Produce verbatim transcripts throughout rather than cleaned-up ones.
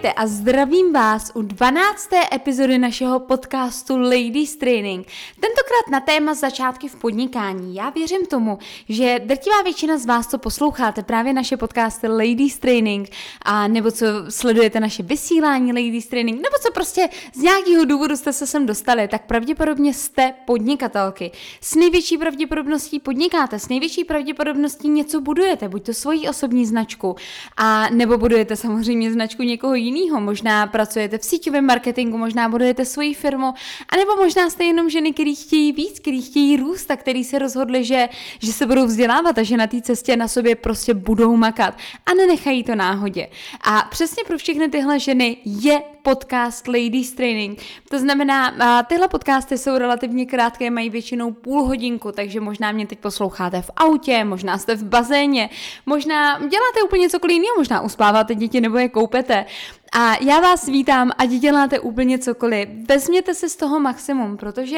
Ahojte a zdravím vás u dvanácté epizody našeho podcastu Ladies Training. Tentokrát na téma začátky v podnikání. Já věřím tomu, že drtivá většina z vás, co posloucháte právě naše podcasty Ladies Training, a nebo co sledujete naše vysílání Ladies Training, nebo co prostě z nějakého důvodu jste se sem dostali, tak pravděpodobně jste podnikatelky. S největší pravděpodobností podnikáte, s největší pravděpodobností něco budujete, buď to svoji osobní značku, a nebo budujete samozřejmě značku někoho jiného, možná pracujete v síťovém marketingu, možná budujete svoji firmu, anebo možná jste jenom ženy, který chtějí víc, který chtějí růst a který se rozhodli, že, že se budou vzdělávat a že na té cestě na sobě prostě budou makat a nenechají to náhodě. A přesně pro všechny tyhle ženy je podcast Ladies Training. To znamená, tyhle podcasty jsou relativně krátké, mají většinou půl hodinku, takže možná mě teď posloucháte v autě, možná jste v bazéně, možná děláte úplně cokoliv jiného, možná uspáváte děti nebo je koupete. A já vás vítám, ať děláte úplně cokoliv. Vezměte si z toho maximum, protože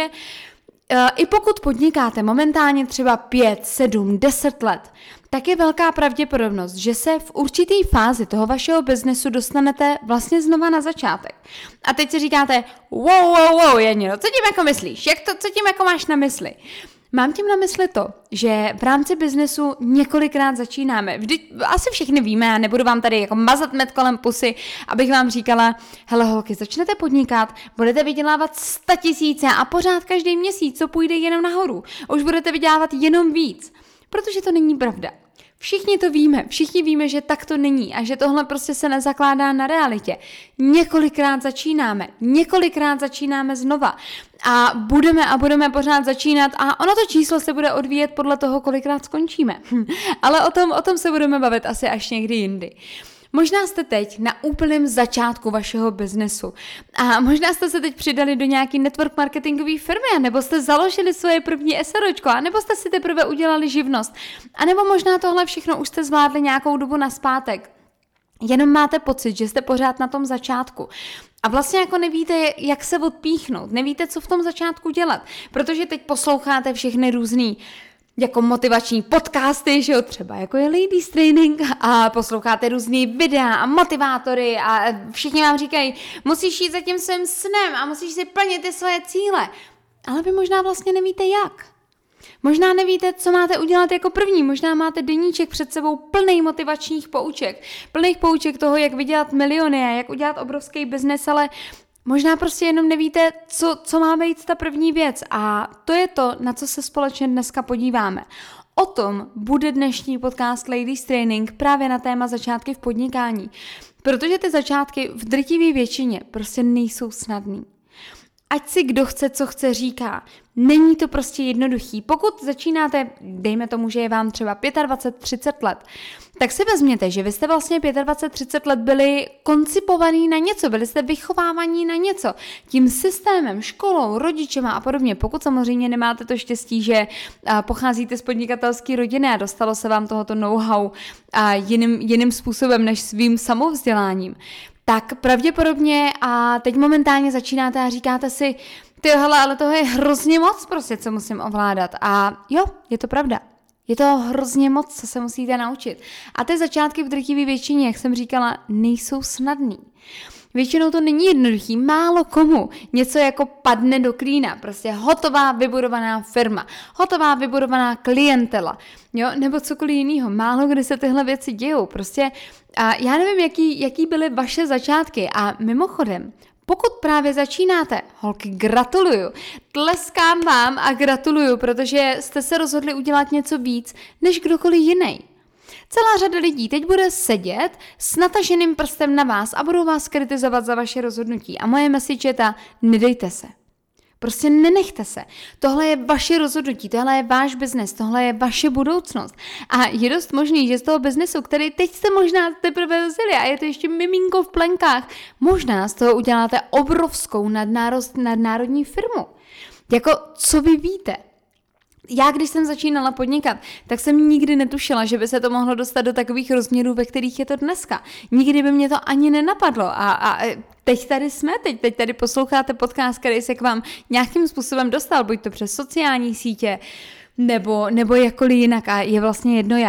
uh, i pokud podnikáte momentálně třeba pět, sedm, deset let, tak je velká pravděpodobnost, že se v určité fázi toho vašeho biznesu dostanete vlastně znova na začátek. A teď si říkáte, wow, wow, wow, Janino, co tím jako myslíš? Jak to, co tím jako máš na mysli? Mám tím na mysli to, že v rámci biznesu několikrát začínáme. Vždy, asi všichni víme, a nebudu vám tady jako mazat med kolem pusy, abych vám říkala, hele holky, začnete podnikat, budete vydělávat statisíce a pořád každý měsíc, co půjde jenom nahoru. Už budete vydělávat jenom víc, protože to není pravda. Všichni to víme, všichni víme, že tak to není a že tohle prostě se nezakládá na realitě. Několikrát začínáme, několikrát začínáme znova a budeme a budeme pořád začínat a ono to číslo se bude odvíjet podle toho, kolikrát skončíme. Ale o tom, o tom se budeme bavit asi až někdy jindy. Možná jste teď na úplném začátku vašeho biznesu a možná jste se teď přidali do nějaký network marketingové firmy, nebo jste založili svoje první SROčko, a nebo jste si teprve udělali živnost, a nebo možná tohle všechno už jste zvládli nějakou dobu nazpátek. Jenom máte pocit, že jste pořád na tom začátku. A vlastně jako nevíte, jak se odpíchnout, nevíte, co v tom začátku dělat, protože teď posloucháte všechny různý jako motivační podcasty, že jo, třeba jako je Ladies Training a posloucháte různý videa a motivátory a všichni vám říkají, musíš jít za tím svým snem a musíš si plnit ty svoje cíle. Ale vy možná vlastně nevíte jak. Možná nevíte, co máte udělat jako první, možná máte deníček před sebou plný motivačních pouček, plných pouček toho, jak vydělat miliony a jak udělat obrovský biznes, ale možná prostě jenom nevíte, co, co má být ta první věc, a to je to, na co se společně dneska podíváme. O tom bude dnešní podcast Ladies Training právě na téma začátky v podnikání, protože ty začátky v drtivé většině prostě nejsou snadný. Ať si kdo chce, co chce, říká. Není to prostě jednoduchý. Pokud začínáte, dejme tomu, že je vám třeba dvacet pět třicet let, tak si vezměte, že vy jste vlastně dvacet pět třicet let byli koncipovaní na něco, byli jste vychovávaní na něco. Tím systémem, školou, rodičema a podobně. Pokud samozřejmě nemáte to štěstí, že pocházíte z podnikatelské rodiny a dostalo se vám tohoto know-how jiným, jiným způsobem než svým samovzděláním, tak pravděpodobně a teď momentálně začínáte a říkáte si, ty hele, ale toho je hrozně moc prostě, co musím ovládat. A jo, je to pravda. Je to hrozně moc, co se musíte naučit. A ty začátky v drtivé většině, jak jsem říkala, nejsou snadný. Většinou to není jednoduchý, málo komu něco jako padne do klína, prostě hotová vybudovaná firma, hotová vybudovaná klientela, jo, nebo cokoliv jiného. Málo kdy se tyhle věci dějou, prostě a já nevím, jaký, jaký byly vaše začátky a mimochodem, pokud právě začínáte, holky, gratuluju, tleskám vám a gratuluju, protože jste se rozhodli udělat něco víc než kdokoliv jiný. Celá řada lidí teď bude sedět s nataženým prstem na vás a budou vás kritizovat za vaše rozhodnutí. A moje message je ta, nedejte se. Prostě nenechte se. Tohle je vaše rozhodnutí, tohle je váš biznes, tohle je vaše budoucnost. A je dost možný, že z toho biznesu, který teď jste možná teprve vzali a je to ještě miminko v plenkách, možná z toho uděláte obrovskou nadnárost, nadnárodní firmu. Jako, co vy víte? Já, když jsem začínala podnikat, tak jsem nikdy netušila, že by se to mohlo dostat do takových rozměrů, ve kterých je to dneska. Nikdy by mě to ani nenapadlo. A, a teď tady jsme, teď, teď tady posloucháte podcast, který se k vám nějakým způsobem dostal, buď to přes sociální sítě, nebo, nebo jakkoliv jinak, a je vlastně jedno jak.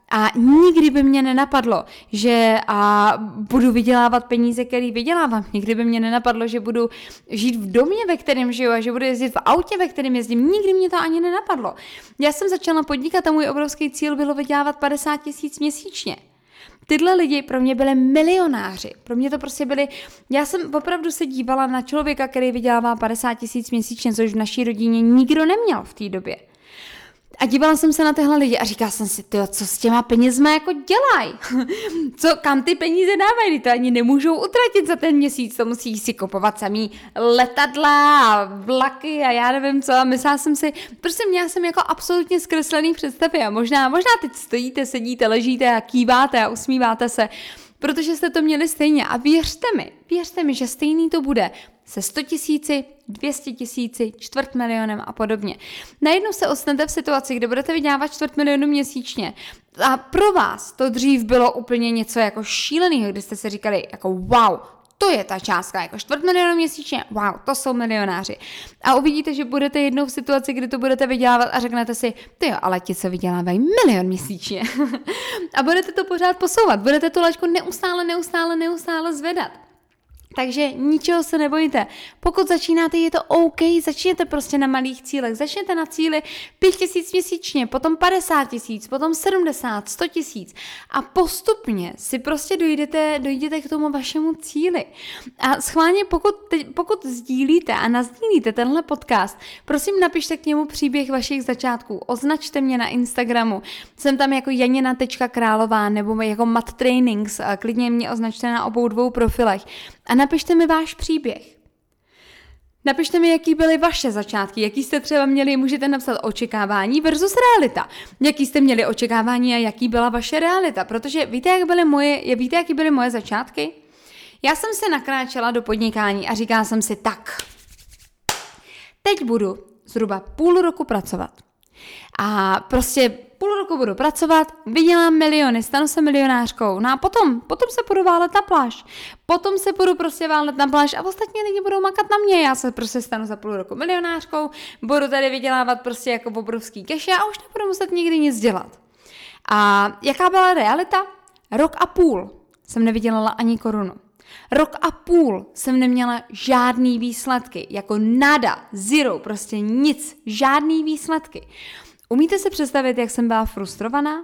A nikdy by mě nenapadlo, že a budu vydělávat peníze, které vydělávám. Nikdy by mě nenapadlo, že budu žít v domě, ve kterém žiju a že budu jezdit v autě, ve kterém jezdím. Nikdy mě to ani nenapadlo. Já jsem začala podnikat a můj obrovský cíl bylo vydělávat padesát tisíc měsíčně. Tyhle lidi pro mě byli milionáři. Pro mě to prostě byli... Já jsem opravdu se dívala na člověka, který vydělává padesát tisíc měsíčně, což v naší rodině nikdo neměl v té době. A dívala jsem se na tyhle lidi a říkala jsem si, tyjo, co s těma penězma jako dělají? Co, kam ty peníze dávají? To ani nemůžou utratit za ten měsíc, to musí si kupovat samý letadla a vlaky a já nevím co. A myslela jsem si, prostě měla jsem jako absolutně zkreslený představy a možná, možná teď stojíte, sedíte, ležíte a kýváte a usmíváte se, protože jste to měli stejně. A věřte mi, věřte mi, že stejný to bude se sto tisíci, dvě stě tisíci, čtvrt milionem a podobně. Najednou se ocitnete v situaci, kde budete vydělávat čtvrt milionu měsíčně a pro vás to dřív bylo úplně něco jako šíleného, kdy jste si říkali jako wow, to je ta částka, jako čtvrt milionu měsíčně, wow, to jsou milionáři. A uvidíte, že budete jednou v situaci, kdy to budete vydělávat a řeknete si, tyjo, ale ti se vydělávají milion měsíčně. A budete to pořád posouvat, budete tu laťku neustále, neustále, neustále zvedat. Takže ničeho se nebojte. Pokud začínáte, je to OK, začněte prostě na malých cílech. Začněte na cíli pět tisíc měsíčně, potom padesát tisíc, potom sedmdesát, sto tisíc a postupně si prostě dojdete, dojdete k tomu vašemu cíli. A schválně, pokud, pokud sdílíte a nazdílíte tenhle podcast, prosím napište k němu příběh vašich začátků. Označte mě na Instagramu. Jsem tam jako janina tečka králová nebo jako Mat Trainings. Klidně mě označte na obou dvou profilech. A napište mi váš příběh. Napište mi, jaký byly vaše začátky, jaký jste třeba měli, můžete napsat očekávání versus realita. Jaký jste měli očekávání a jaký byla vaše realita, protože víte, jak byly moje, víte, jaký byly moje začátky? Já jsem se nakráčela do podnikání a říkala jsem si tak, teď budu zhruba půl roku pracovat. A prostě půl roku budu pracovat, vydělám miliony, stanu se milionářkou. No a potom, potom se půjdu válet na pláž. Potom se půjdu prostě válet na pláž a ostatní lidi budou makat na mě. Já se prostě stanu za půl roku milionářkou, budu tady vydělávat prostě jako obrovský keše a už nebudu muset nikdy nic dělat. A jaká byla realita? Rok a půl jsem nevydělala ani korunu. Rok a půl jsem neměla žádný výsledky, jako nada, zero, prostě nic, žádný výsledky. Umíte si představit, jak jsem byla frustrovaná?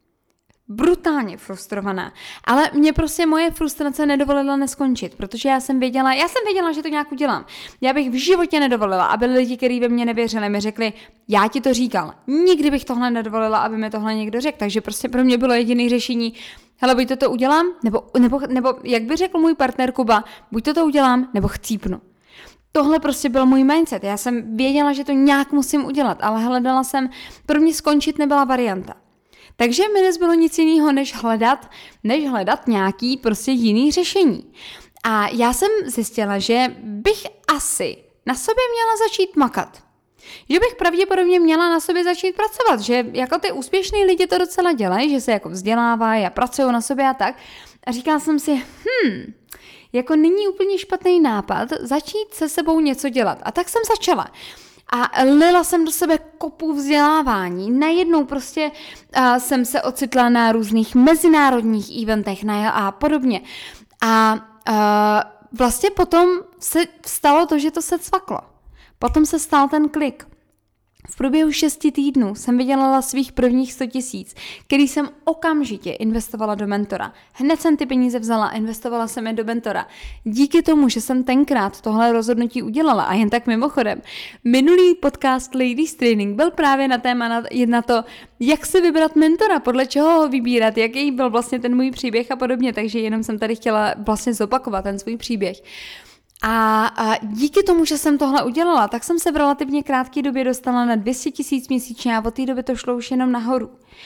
Brutálně frustrovaná. Ale mě prostě moje frustrace nedovolila neskončit, protože já jsem věděla, já jsem věděla, že to nějak udělám. Já bych v životě nedovolila, aby lidi, kteří ve mně nevěřili, mi řekli, já ti to říkal. Nikdy bych tohle nedovolila, aby mi tohle někdo řekl. Takže prostě pro mě bylo jediné řešení, hele, buď to, to udělám, nebo, nebo, nebo jak by řekl můj partner Kuba, buď to, to udělám, nebo chcípnu. Tohle prostě byl můj mindset. Já jsem věděla, že to nějak musím udělat, ale hledala jsem, pro mě skončit nebyla varianta. Takže mi nezbylo nic jiného, než hledat, než hledat nějaký prostě jiný řešení. A já jsem zjistila, že bych asi na sobě měla začít makat. Že bych pravděpodobně měla na sobě začít pracovat, že jako ty úspěšní lidi to docela dělají, že se jako vzdělávají a pracují na sobě a tak. A říkala jsem si, hm, jako není úplně špatný nápad začít se sebou něco dělat. A tak jsem začala. A lila jsem do sebe kopu vzdělávání. Najednou prostě uh, jsem se ocitla na různých mezinárodních eventech na, a podobně. A uh, vlastně potom se stalo to, že to se cvaklo. Potom se stal ten klik. V průběhu šesti týdnů jsem vydělala svých prvních sto tisíc, který jsem okamžitě investovala do mentora. Hned jsem ty peníze vzala a investovala jsem je do mentora. Díky tomu, že jsem tenkrát tohle rozhodnutí udělala a jen tak mimochodem, minulý podcast Ladies Training byl právě na téma na, na to, jak si vybrat mentora, podle čeho ho vybírat, jaký byl vlastně ten můj příběh a podobně, takže jenom jsem tady chtěla vlastně zopakovat ten svůj příběh. A, a díky tomu, že jsem tohle udělala, tak jsem se v relativně krátké době dostala na dvě stě tisíc měsíčně a od té doby to šlo už jenom nahoru.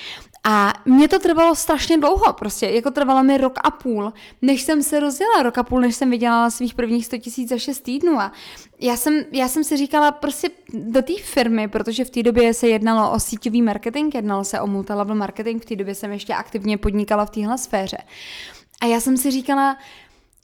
A mě to trvalo strašně dlouho, prostě jako trvalo mi rok a půl, než jsem se rozjela, rok a půl, než jsem vydělala svých prvních sto tisíc za šest týdnů. A já jsem, já jsem si říkala prostě do té firmy, protože v té době se jednalo o síťový marketing, jednalo se o multilevel marketing, v té době jsem ještě aktivně podnikala v téhle sféře. A já jsem si říkala,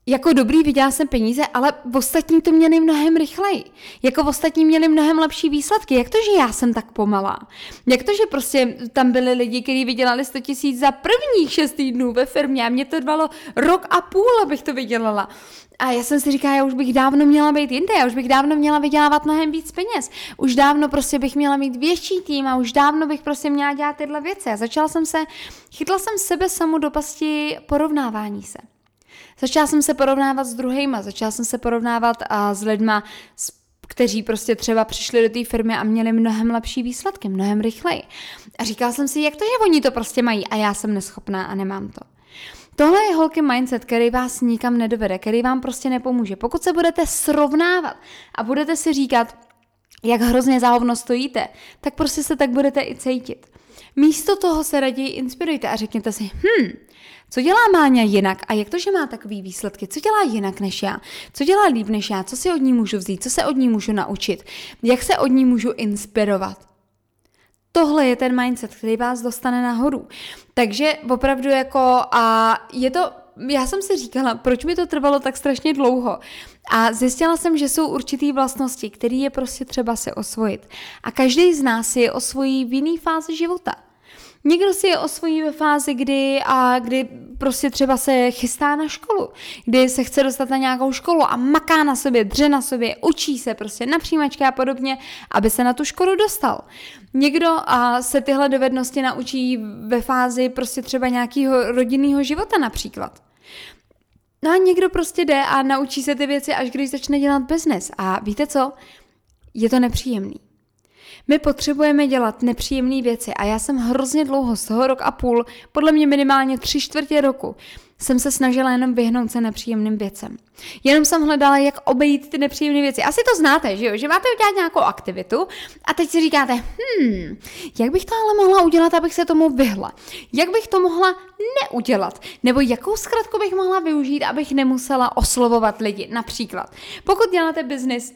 jako dobrý, viděla jsem peníze, ale ostatní to měli mnohem rychleji. Jako ostatní měli mnohem lepší výsledky. Jak to, že já jsem tak pomalá? Jak to, že prostě tam byli lidi, kteří vydělali sto tisíc za prvních šest týdnů ve firmě a mě to dvalo rok a půl, abych to vydělala. A já jsem si říkala, já už bych dávno měla být jinde, já už bych dávno měla vydělávat mnohem víc peněz. Už dávno prostě bych měla mít větší tým a už dávno bych prostě měla dělat tyhle věci. A začala jsem se, chytla jsem sebe samu do pasti porovnávání se. Začala jsem se porovnávat s druhejma, začala jsem se porovnávat a s lidma, kteří prostě třeba přišli do té firmy a měli mnohem lepší výsledky, mnohem rychleji. A říkala jsem si, jak to, že oni to prostě mají a já jsem neschopná a nemám to. Tohle je holky mindset, který vás nikam nedovede, který vám prostě nepomůže. Pokud se budete srovnávat a budete si říkat, jak hrozně za hovno stojíte, tak prostě se tak budete i cítit. Místo toho se raději inspirujte a řekněte si, hm, co dělá Máňa jinak a jak to, že má takový výsledky, co dělá jinak než já, co dělá líp než já, co si od ní můžu vzít, co se od ní můžu naučit, jak se od ní můžu inspirovat. Tohle je ten mindset, který vás dostane nahoru. Takže opravdu jako a je to, já jsem si říkala, proč mi to trvalo tak strašně dlouho a zjistila jsem, že jsou určitý vlastnosti, které je prostě třeba si osvojit. A každý z nás si je osvojí v jiný fázi života. Někdo si je osvojí ve fázi, kdy, a kdy prostě třeba se chystá na školu, kdy se chce dostat na nějakou školu a maká na sobě, dře na sobě, učí se prostě na přijímačky a podobně, aby se na tu školu dostal. Někdo a se tyhle dovednosti naučí ve fázi prostě třeba nějakého rodinného života například. No a někdo prostě jde a naučí se ty věci, až když začne dělat biznes. A víte co? Je to nepříjemný. My potřebujeme dělat nepříjemné věci a já jsem hrozně dlouho, z toho rok a půl, podle mě minimálně tři čtvrtě roku, jsem se snažila jenom vyhnout se nepříjemným věcem. Jenom jsem hledala, jak obejít ty nepříjemné věci. Asi to znáte, že jo? Že máte udělat nějakou aktivitu a teď si říkáte, hm, jak bych to ale mohla udělat, abych se tomu vyhla? Jak bych to mohla neudělat? Nebo jakou zkratku bych mohla využít, abych nemusela oslovovat lidi? Například, pokud děláte biznis,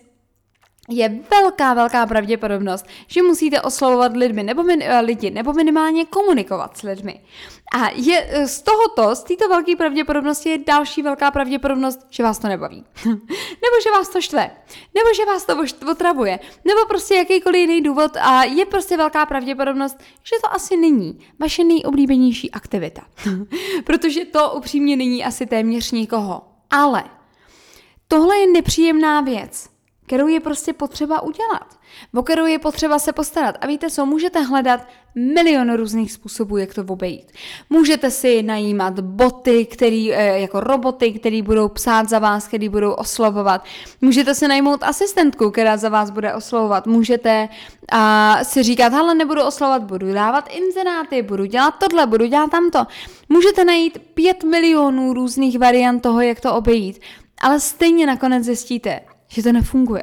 je velká, velká pravděpodobnost, že musíte oslovovat lidmi nebo min, lidi, nebo minimálně komunikovat s lidmi. A je z tohoto, z této velké pravděpodobnosti je další velká pravděpodobnost, že vás to nebaví. Nebo že vás to štve. Nebo že vás to otravuje. Nebo prostě jakýkoliv jiný důvod a je prostě velká pravděpodobnost, že to asi není vaše nejoblíbenější aktivita. Protože to upřímně není asi téměř nikoho. Ale tohle je nepříjemná věc, kterou je prostě potřeba udělat, o kterou je potřeba se postarat. A víte co, můžete hledat milion různých způsobů, jak to obejít. Můžete si najímat boty, který, jako roboty, který budou psát za vás, který budou oslovovat. Můžete si najmout asistentku, která za vás bude oslovovat. Můžete a, si říkat, hele, nebudu oslovovat, budu dávat inzeráty, budu dělat tohle, budu dělat tamto. Můžete najít pět milionů různých variant toho, jak to obejít. Ale stejně nakonec zjistíte, že to nefunguje.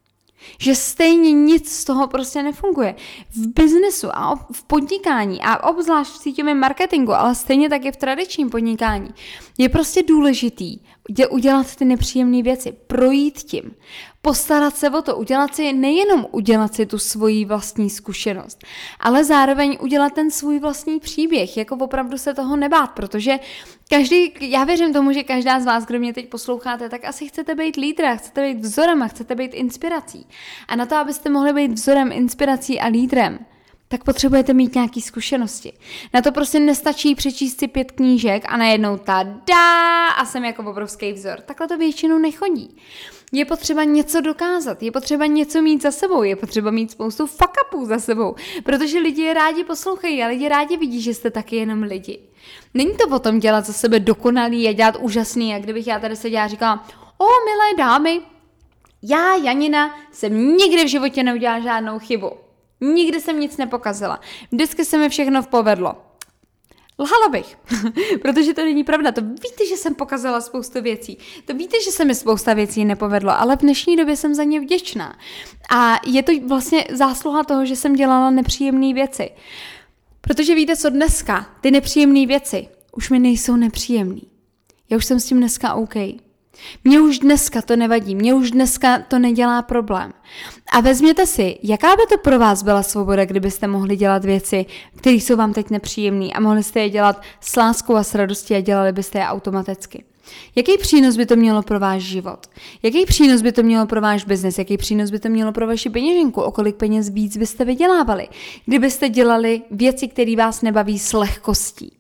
Že stejně nic z toho prostě nefunguje. V biznesu a v podnikání a obzvlášť v síťovém marketingu, ale stejně taky v tradičním podnikání, je prostě důležitý udělat ty nepříjemné věci, projít tím, postarat se o to, udělat si, nejenom udělat si tu svoji vlastní zkušenost, ale zároveň udělat ten svůj vlastní příběh, jako opravdu se toho nebát, protože každý, já věřím tomu, že každá z vás, kdo mě teď posloucháte, tak asi chcete být lídrem, chcete být vzorem a chcete být inspirací. A na to, abyste mohli být vzorem, inspirací a lídrem, tak potřebujete mít nějaké zkušenosti. Na to prostě nestačí přečíst si pět knížek a najednou tada a jsem jako obrovský vzor. Takhle to většinou nechodí. Je potřeba něco dokázat, je potřeba něco mít za sebou, je potřeba mít spoustu fuck upů za sebou, protože lidi je rádi poslouchají a lidi rádi vidí, že jste taky jenom lidi. Není to o tom dělat za sebe dokonalý a dělat úžasný, jak kdybych já tady seděla a říkala, o milé dámy, já, Janina, jsem nikdy v životě neudělala žádnou chybu. Nikdy jsem nic nepokazila. Vždycky se mi všechno povedlo. Lhala bych, protože to není pravda. To víte, že jsem pokazila spoustu věcí. To víte, že se mi spousta věcí nepovedlo, ale v dnešní době jsem za ně vděčná. A je to vlastně zásluha toho, že jsem dělala nepříjemné věci. Protože víte co, dneska ty nepříjemné věci už mi nejsou nepříjemné. Já už jsem s tím dneska OK. Mně už dneska to nevadí, mně už dneska to nedělá problém. A vezměte si, jaká by to pro vás byla svoboda, kdybyste mohli dělat věci, které jsou vám teď nepříjemné a mohli jste je dělat s láskou a s radostí a dělali byste je automaticky. Jaký přínos by to mělo pro váš život? Jaký přínos by to mělo pro váš biznes? Jaký přínos by to mělo pro vaši peněženku? O kolik peněz víc byste vydělávali? Kdybyste dělali věci, které vás nebaví s lehkostí?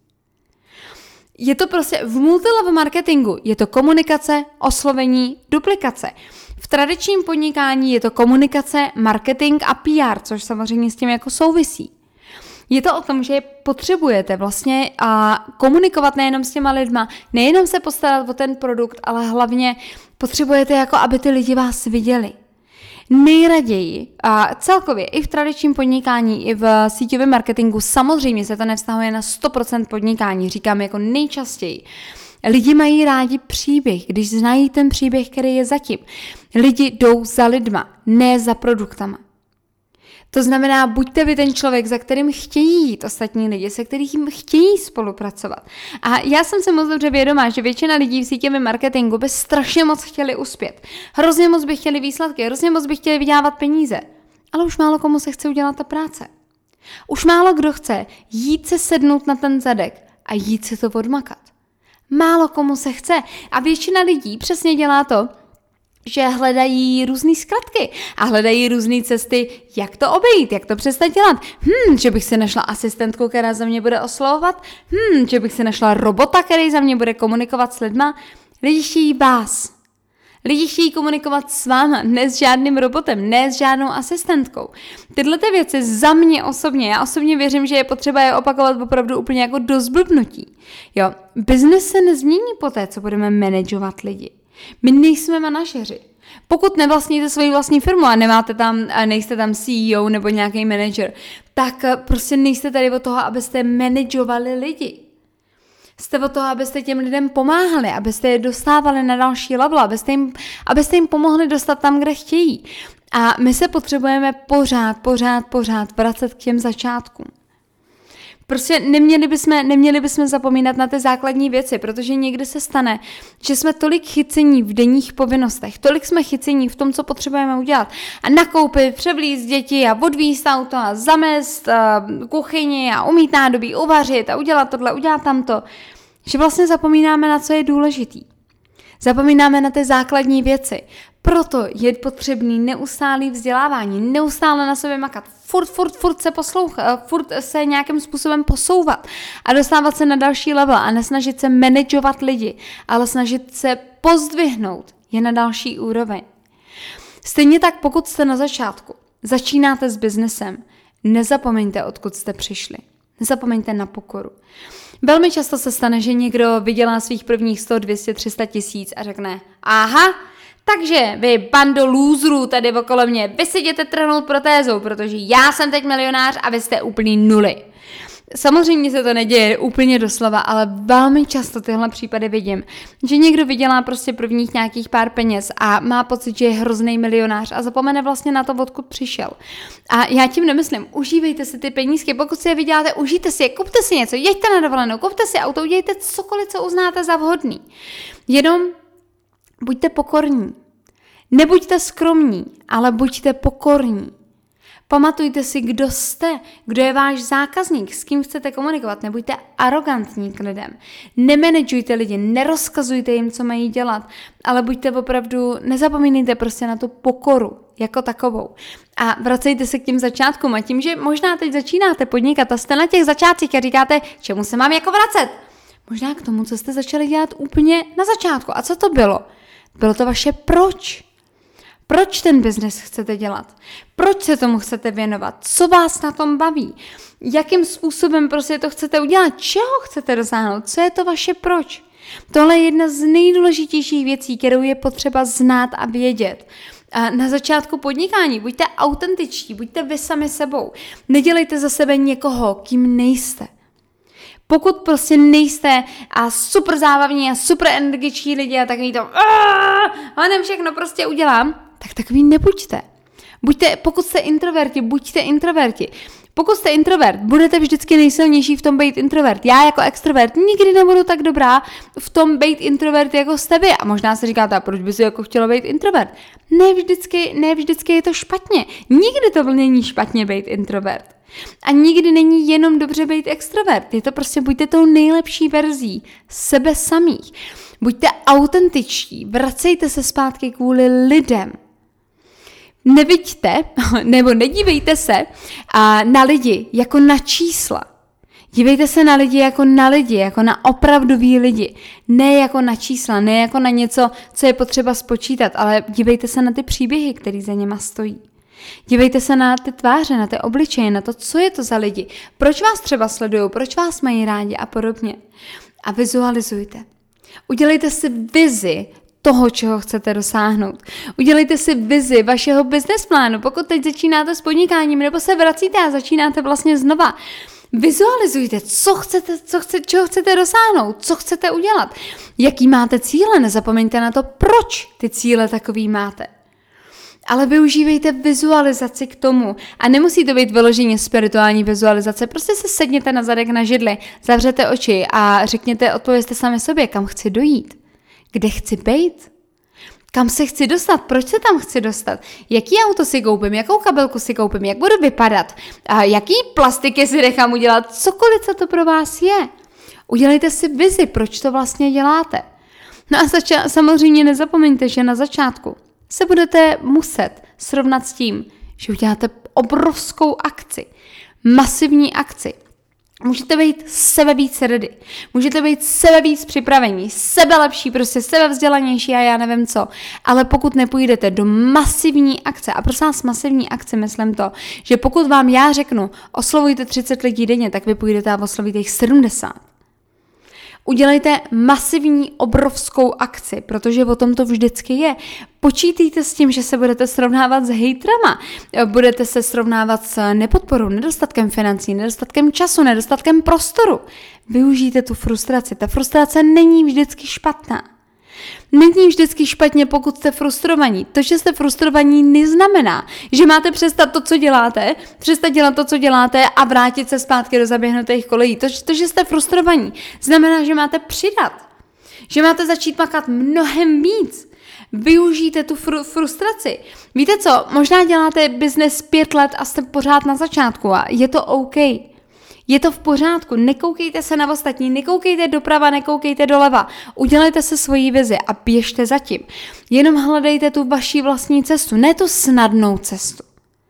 Je to prostě v multilevel marketingu, je to komunikace, oslovení, duplikace. V tradičním podnikání je to komunikace, marketing a P R, což samozřejmě s tím jako souvisí. Je to o tom, že potřebujete vlastně a komunikovat nejenom s těma lidma, nejenom se postarat o ten produkt, ale hlavně potřebujete jako, aby ty lidi vás viděli. Nejraději a celkově i v tradičním podnikání, i v síťovém marketingu, samozřejmě se to nevztahuje na sto procent podnikání, říkám jako nejčastěji. Lidi mají rádi příběh, když znají ten příběh, který je zatím. Lidi jdou za lidma, ne za produktama. To znamená, buďte vy ten člověk, za kterým chtějí jít ostatní lidi, se kterým chtějí spolupracovat. A já jsem se moc dobře vědomá, že většina lidí v síťovém marketingu by strašně moc chtěli uspět. Hrozně moc by chtěli výsledky, hrozně moc by chtěli vydělávat peníze. Ale už málo komu se chce udělat ta práce. Už málo kdo chce jít se sednout na ten zadek a jít si to odmakat. Málo komu se chce. A většina lidí přesně dělá to, že hledají různé zkratky a hledají různé cesty, jak to obejít, jak to přestat dělat. Hm, že bych si našla asistentku, která za mě bude oslovovat. Hm, že bych si našla robota, který za mě bude komunikovat s lidma. Lidi chtějí vás. Lidi chtějí komunikovat s váma, ne s žádným robotem, ne s žádnou asistentkou. Tyhle ty věci za mě osobně, já osobně věřím, že je potřeba je opakovat opravdu úplně jako do zblbnutí. Jo, biznes se nezmění po té, co budeme manažovat lidi. My nejsme manažeři. Pokud nevlastníte svoji vlastní firmu a nemáte tam, a nejste tam C E O nebo nějaký manažer, tak prostě nejste tady od toho, abyste manažovali lidi. Jste od toho, abyste těm lidem pomáhali, abyste je dostávali na další level, abyste jim, abyste jim pomohli dostat tam, kde chtějí. A my se potřebujeme pořád, pořád, pořád vracet k těm začátkům. Prostě neměli bychom, neměli bychom zapomínat na ty základní věci, protože někdy se stane, že jsme tolik chycení v denních povinnostech, tolik jsme chycení v tom, co potřebujeme udělat. A nakoupit, převlíct děti a odvízt auto a zamést a kuchyni a umýt nádobí, uvařit a udělat tohle, udělat tamto, že vlastně zapomínáme, na co je důležitý. Zapomínáme na ty základní věci. Proto je potřebný neustálý vzdělávání, neustále na sobě makat, furt, furt, furt se poslouchat, furt se nějakým způsobem posouvat a dostávat se na další level a nesnažit se manažovat lidi, ale snažit se pozdvihnout je na další úroveň. Stejně tak, pokud jste na začátku, začínáte s biznesem, nezapomeňte, odkud jste přišli. Nezapomeňte na pokoru. Velmi často se stane, že někdo vydělá svých prvních sto, dvě stě, tři sta tisíc a řekne, aha, takže vy bando lůzrů tady okolo mě, vy si jděte trhnout protézou, protože já jsem teď milionář a vy jste úplný nuly. Samozřejmě se to neděje úplně doslova, ale velmi často tyhle případy vidím, že někdo vydělá prostě prvních nějakých pár peněz a má pocit, že je hrozný milionář a zapomene vlastně na to, odkud přišel. A já tím nemyslím, užívejte si ty penízky, pokud si je vyděláte, užijte si je, kupte si něco, jeďte na dovolenou, kupte si auto, udělejte cokoliv, co uznáte za vhodný. Jenom buďte pokorní. Nebuďte skromní, ale buďte pokorní. Pamatujte si, kdo jste, kdo je váš zákazník, s kým chcete komunikovat. Nebuďte arrogantní k lidem. Nemanagujte lidi, nerozkazujte jim, co mají dělat, ale buďte opravdu, nezapomínejte prostě na tu pokoru jako takovou. A vracejte se k těm začátkům a tím, že možná teď začínáte podnikat a jste na těch začátcích a říkáte, čemu se mám jako vracet? Možná k tomu, co jste začali dělat úplně na začátku. A co to bylo? Bylo to vaše proč. Proč ten biznes chcete dělat? Proč se tomu chcete věnovat? Co vás na tom baví? Jakým způsobem prostě to chcete udělat? Čeho chcete dosáhnout? Co je to vaše proč? Tohle je jedna z nejdůležitějších věcí, kterou je potřeba znát a vědět. A na začátku podnikání buďte autentičtí, buďte vy sami sebou. Nedělejte za sebe někoho, kým nejste. Pokud prostě nejste a super zábavní a super energičtí lidi a takový to honem všechno prostě udělám, tak takový nebuďte. Buďte, pokud jste introverti, buďte introverti. Pokud jste introvert, budete vždycky nejsilnější v tom být introvert. Já jako extrovert nikdy nebudu tak dobrá v tom být introvert jako jste vy. A možná si říkáte, a proč by si jako chtěla být introvert? Ne vždycky, ne vždycky je to špatně. Nikdy to není špatně být introvert. A nikdy není jenom dobře dobře být extrovert. Je to prostě, buďte tou nejlepší verzí sebe samých. Buďte autentičtí, vracejte se zpátky kvůli lidem. Neviďte, nebo nedívejte se na lidi jako na čísla. Dívejte se na lidi jako na lidi, jako na opravdový lidi. Ne jako na čísla, ne jako na něco, co je potřeba spočítat, ale dívejte se na ty příběhy, které za něma stojí. Dívejte se na ty tváře, na ty obličeje, na to, co je to za lidi, proč vás třeba sledují, proč vás mají rádi a podobně. A vizualizujte. Udělejte si vizi toho, čeho chcete dosáhnout. Udělejte si vizi vašeho business plánu, pokud teď začínáte s podnikáním, nebo se vracíte a začínáte vlastně znova. Vizualizujte, co chcete, co chcete, čeho chcete dosáhnout, co chcete udělat, jaký máte cíle, nezapomeňte na to, proč ty cíle takový máte. Ale využívejte vizualizaci k tomu a nemusí to být vyloženě spirituální vizualizace, prostě se sedněte na zadek na židli, zavřete oči a řekněte, odpovězte sami sobě, kam chci dojít, kde chci být, kam se chci dostat, proč se tam chci dostat, jaký auto si koupím, jakou kabelku si koupím, jak budu vypadat, a jaký plastiky si nechám udělat, cokoliv, co to pro vás je. Udělejte si vizi, proč to vlastně děláte. No a zača- samozřejmě nezapomeňte, že na začátku se budete muset srovnat s tím, že uděláte obrovskou akci, masivní akci. Můžete být sebe víc ready, můžete být sebe víc připravení, sebe lepší, prostě sebe vzdělanější a já nevím co. Ale pokud nepůjdete do masivní akce, a prosím vás masivní akce, myslím to, že pokud vám já řeknu, oslovujte třicet lidí denně, tak vy půjdete a oslovíte jich sedmdesát. Udělejte masivní, obrovskou akci, protože o tom to vždycky je. Počítejte s tím, že se budete srovnávat s hejtrama, budete se srovnávat s nepodporou, nedostatkem financí, nedostatkem času, nedostatkem prostoru. Využijte tu frustraci. Ta frustrace není vždycky špatná. Není vždycky špatně, pokud jste frustrovaní. To, že jste frustrovaní, neznamená, že máte přestat to, co děláte, přestat dělat to, co děláte a vrátit se zpátky do zaběhnutých kolejí. To, to že jste frustrovaní, znamená, že máte přidat. Že máte začít makat mnohem víc. Využijte tu fru- frustraci. Víte co, možná děláte biznes pět let a jste pořád na začátku a je to OK. Je to v pořádku, nekoukejte se na ostatní, nekoukejte doprava, nekoukejte doleva. Udělejte se svoji vizi a běžte za tím. Jenom hledejte tu vaši vlastní cestu, ne tu snadnou cestu,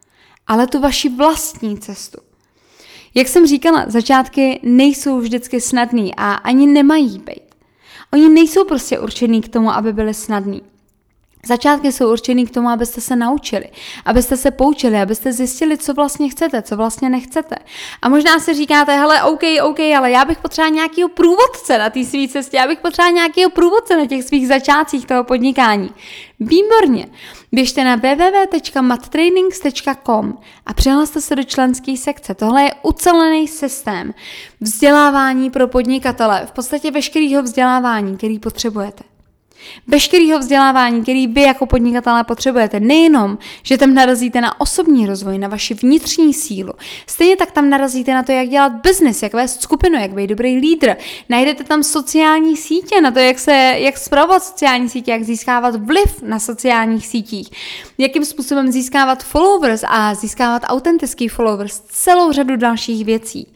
ale tu vaši vlastní cestu. Jak jsem říkala, začátky nejsou vždycky snadný a ani nemají být. Oni nejsou prostě určený k tomu, aby byly snadný. Začátky jsou určený k tomu, abyste se naučili, abyste se poučili, abyste zjistili, co vlastně chcete, co vlastně nechcete. A možná si říkáte, hele, OK, OK, ale já bych potřebovala nějakého průvodce na té své cestě, já bych potřebovala nějakého průvodce na těch svých začátcích toho podnikání. Výborně. Běžte na w w w tečka mattrainings tečka com a přihlaste se do členské sekce. Tohle je ucelený systém vzdělávání pro podnikatele, v podstatě veškerého vzdělávání, který potřebujete. Veškerého vzdělávání, který vy jako podnikatelé potřebujete, nejenom, že tam narazíte na osobní rozvoj, na vaši vnitřní sílu, stejně tak tam narazíte na to, jak dělat biznis, jak vést skupinu, jak být dobrý lídr. Najdete tam sociální sítě, na to, jak se, jak spravovat sociální sítě, jak získávat vliv na sociálních sítích, jakým způsobem získávat followers a získávat autentický followers, celou řadu dalších věcí.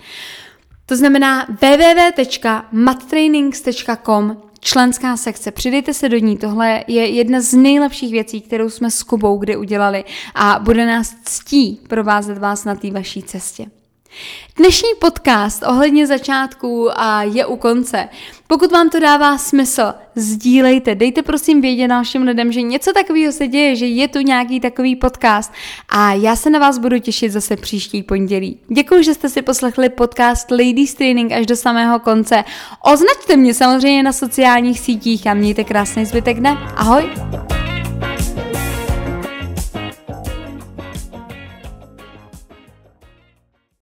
To znamená w w w tečka mattrainings tečka com členská sekce, přidejte se do ní, tohle je jedna z nejlepších věcí, kterou jsme s Kubou kdy udělali a bude nás ctí provázet vás na té vaší cestě. Dnešní podcast ohledně začátků a je u konce. Pokud vám to dává smysl, sdílejte, dejte prosím vědět dalším lidem, že něco takového se děje, že je tu nějaký takový podcast a já se na vás budu těšit zase příští pondělí. Děkuji, že jste si poslechli podcast Ladies Training až do samého konce. Označte mě samozřejmě na sociálních sítích a mějte krásný zbytek dne. Ahoj!